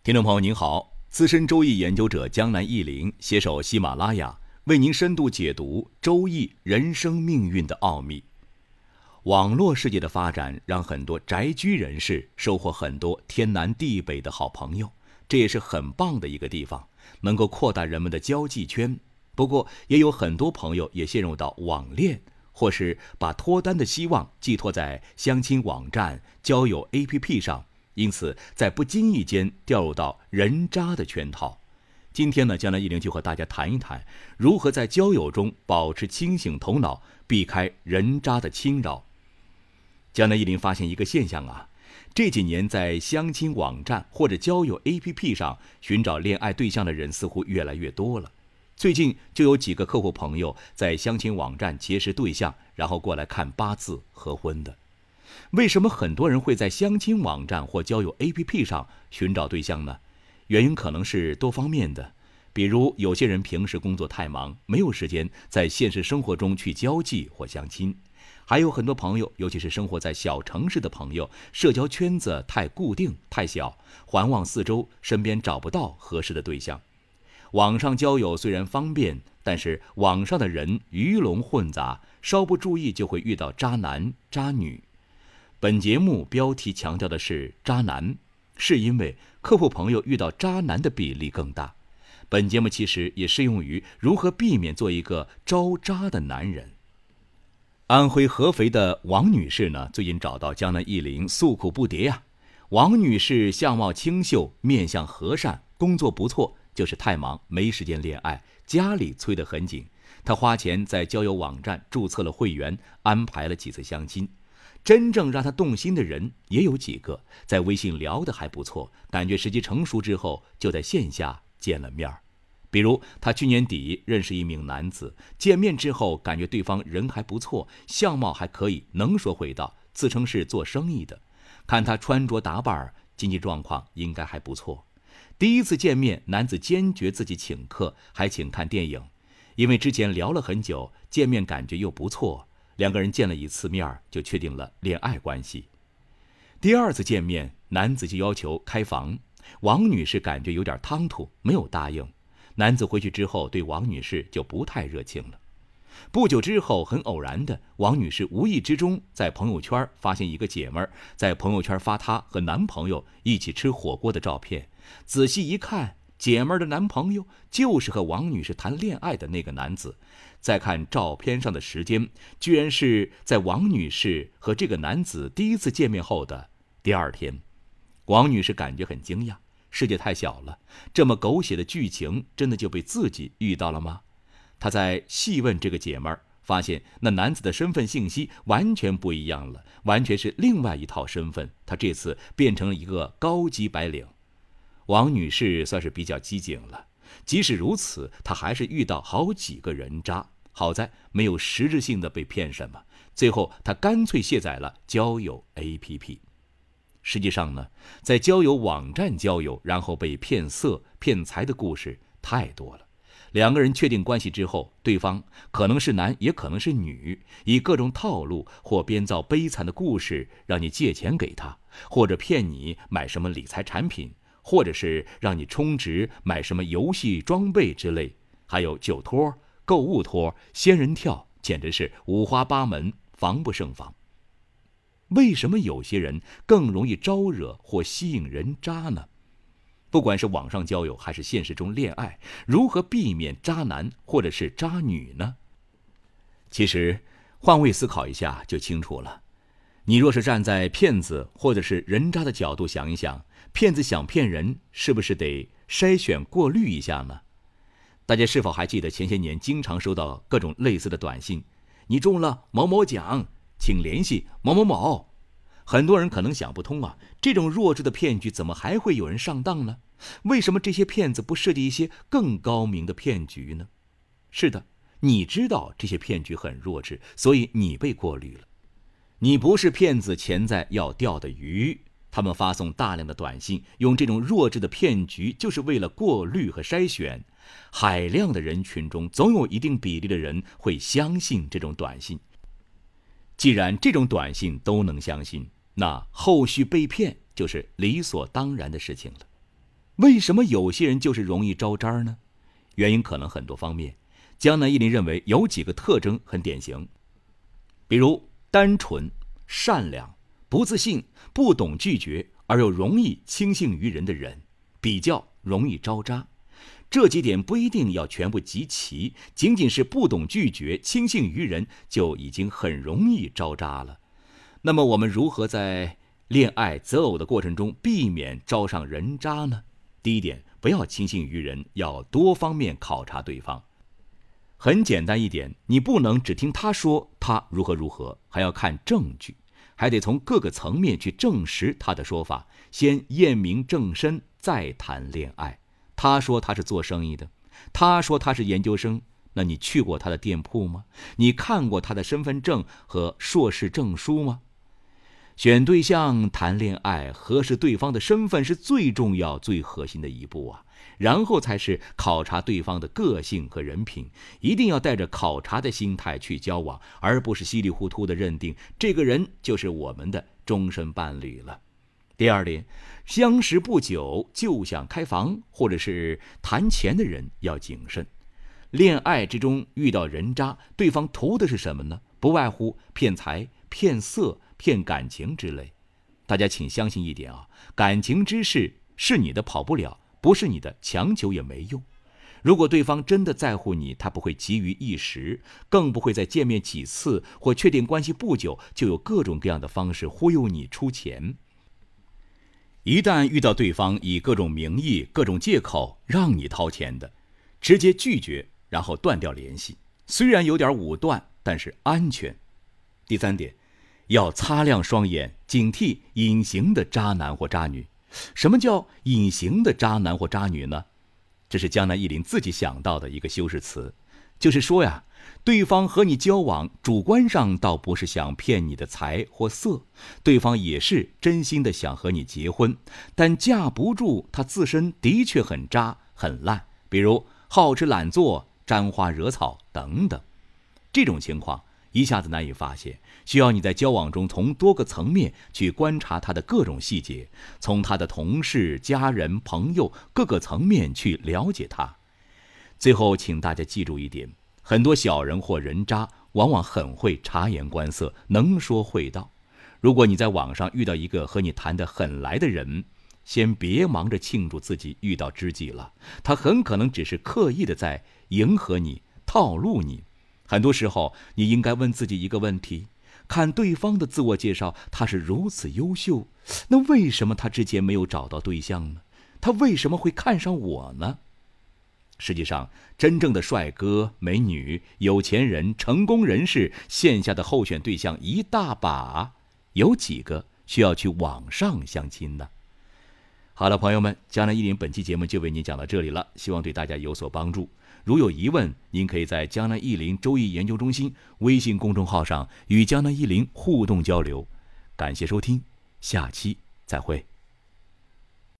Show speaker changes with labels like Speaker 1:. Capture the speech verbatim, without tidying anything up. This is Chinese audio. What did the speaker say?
Speaker 1: 听众朋友您好，资深周易研究者江南忆林携手喜马拉雅，为您深度解读周易人生命运的奥秘。网络世界的发展让很多宅居人士收获很多天南地北的好朋友，这也是很棒的一个地方，能够扩大人们的交际圈。不过也有很多朋友也陷入到网恋，或是把脱单的希望寄托在相亲网站、交友 A P P 上，因此在不经意间掉入到人渣的圈套。今天呢，江南忆林就和大家谈一谈如何在交友中保持清醒头脑，避开人渣的侵扰。江南忆林发现一个现象啊，这几年在相亲网站或者交友 A P P 上寻找恋爱对象的人似乎越来越多了。最近就有几个客户朋友在相亲网站结识对象，然后过来看八字合婚的。为什么很多人会在相亲网站或交友 A P P 上寻找对象呢？原因可能是多方面的，比如有些人平时工作太忙，没有时间在现实生活中去交际或相亲。还有很多朋友，尤其是生活在小城市的朋友，社交圈子太固定太小，环望四周，身边找不到合适的对象。网上交友虽然方便，但是网上的人鱼龙混杂，稍不注意就会遇到渣男渣女。本节目标题强调的是渣男，是因为客户朋友遇到渣男的比例更大。本节目其实也适用于如何避免做一个招渣的男人。安徽合肥的王女士呢，最近找到江南忆林诉苦不迭呀、啊。王女士相貌清秀，面相和善，工作不错，就是太忙没时间恋爱，家里催得很紧。她花钱在交友网站注册了会员，安排了几次相亲。真正让她动心的人也有几个，在微信聊得还不错，感觉时机成熟之后就在线下见了面。比如她去年底认识一名男子，见面之后感觉对方人还不错，相貌还可以，能说会道，自称是做生意的。看他穿着打扮，经济状况应该还不错。第一次见面，男子坚决自己请客，还请看电影。因为之前聊了很久，见面感觉又不错，两个人见了一次面就确定了恋爱关系。第二次见面，男子就要求开房，王女士感觉有点唐突，没有答应。男子回去之后对王女士就不太热情了。不久之后，很偶然的，王女士无意之中在朋友圈发现一个姐们儿在朋友圈发她和男朋友一起吃火锅的照片。仔细一看，姐们儿的男朋友就是和王女士谈恋爱的那个男子。再看照片上的时间，居然是在王女士和这个男子第一次见面后的第二天。王女士感觉很惊讶，世界太小了，这么狗血的剧情真的就被自己遇到了吗？她在细问这个姐们儿，发现那男子的身份信息完全不一样了，完全是另外一套身份。他这次变成了一个高级白领。王女士算是比较机警了，即使如此，她还是遇到好几个人渣。好在没有实质性的被骗什么，最后她干脆卸载了交友 A P P。实际上呢，在交友网站交友然后被骗色骗财的故事太多了。两个人确定关系之后，对方可能是男也可能是女，以各种套路或编造悲惨的故事让你借钱给他，或者骗你买什么理财产品，或者是让你充值买什么游戏装备之类，还有酒托、购物托、仙人跳，简直是五花八门，防不胜防。为什么有些人更容易招惹或吸引人渣呢？不管是网上交友还是现实中恋爱，如何避免渣男或者是渣女呢？其实换位思考一下就清楚了。你若是站在骗子或者是人渣的角度想一想，骗子想骗人是不是得筛选过滤一下呢？大家是否还记得前些年经常收到各种类似的短信，你中了某某奖，请联系某某某。很多人可能想不通啊，这种弱智的骗局怎么还会有人上当呢？为什么这些骗子不设计一些更高明的骗局呢？是的，你知道这些骗局很弱智，所以你被过滤了。你不是骗子潜在要钓的鱼，他们发送大量的短信，用这种弱智的骗局，就是为了过滤和筛选。海量的人群中，总有一定比例的人会相信这种短信。既然这种短信都能相信，那后续被骗就是理所当然的事情了。 为什么有些人就是容易招渣呢？原因可能很多方面。江南忆林认为有几个特征很典型，比如单纯、善良、不自信、不懂拒绝而又容易轻信于人的人，比较容易招渣。这几点不一定要全部集齐，仅仅是不懂拒绝、轻信于人就已经很容易招渣了。那么我们如何在恋爱择偶的过程中避免招上人渣呢？第一点，不要轻信于人，要多方面考察对方。很简单一点，你不能只听他说他如何如何，还要看证据，还得从各个层面去证实他的说法，先验明正身，再谈恋爱。他说他是做生意的，他说他是研究生，那你去过他的店铺吗？你看过他的身份证和硕士证书吗？选对象、谈恋爱，核实对方的身份是最重要、最核心的一步啊。然后才是考察对方的个性和人品，一定要带着考察的心态去交往，而不是稀里糊涂的认定这个人就是我们的终身伴侣了。第二点，相识不久就想开房或者是谈钱的人要谨慎。恋爱之中遇到人渣，对方图的是什么呢？不外乎骗财、骗色、骗感情之类。大家请相信一点啊，感情之事是你的跑不了，不是你的强求也没用。如果对方真的在乎你，他不会急于一时，更不会在见面几次或确定关系不久就有各种各样的方式忽悠你出钱。一旦遇到对方以各种名义、各种借口让你掏钱的，直接拒绝，然后断掉联系。虽然有点武断，但是安全。第三点，要擦亮双眼，警惕隐形的渣男或渣女。什么叫隐形的渣男或渣女呢？这是江南忆林自己想到的一个修饰词，就是说呀，对方和你交往，主观上倒不是想骗你的财或色，对方也是真心的想和你结婚，但架不住他自身的确很渣很烂，比如好吃懒做、沾花惹草等等。这种情况一下子难以发现，需要你在交往中从多个层面去观察他的各种细节，从他的同事、家人、朋友各个层面去了解他。最后请大家记住一点，很多小人或人渣往往很会察言观色，能说会道。如果你在网上遇到一个和你谈得很来的人，先别忙着庆祝自己遇到知己了，他很可能只是刻意的在迎合你、套路你。很多时候你应该问自己一个问题，看对方的自我介绍，他是如此优秀，那为什么他之前没有找到对象呢？他为什么会看上我呢？实际上，真正的帅哥、美女、有钱人、成功人士，线下的候选对象一大把，有几个需要去网上相亲呢？好了，朋友们，江南忆林本期节目就为您讲到这里了，希望对大家有所帮助。如有疑问，您可以在江南忆林周易研究中心微信公众号上与江南忆林互动交流。感谢收听，下期再会。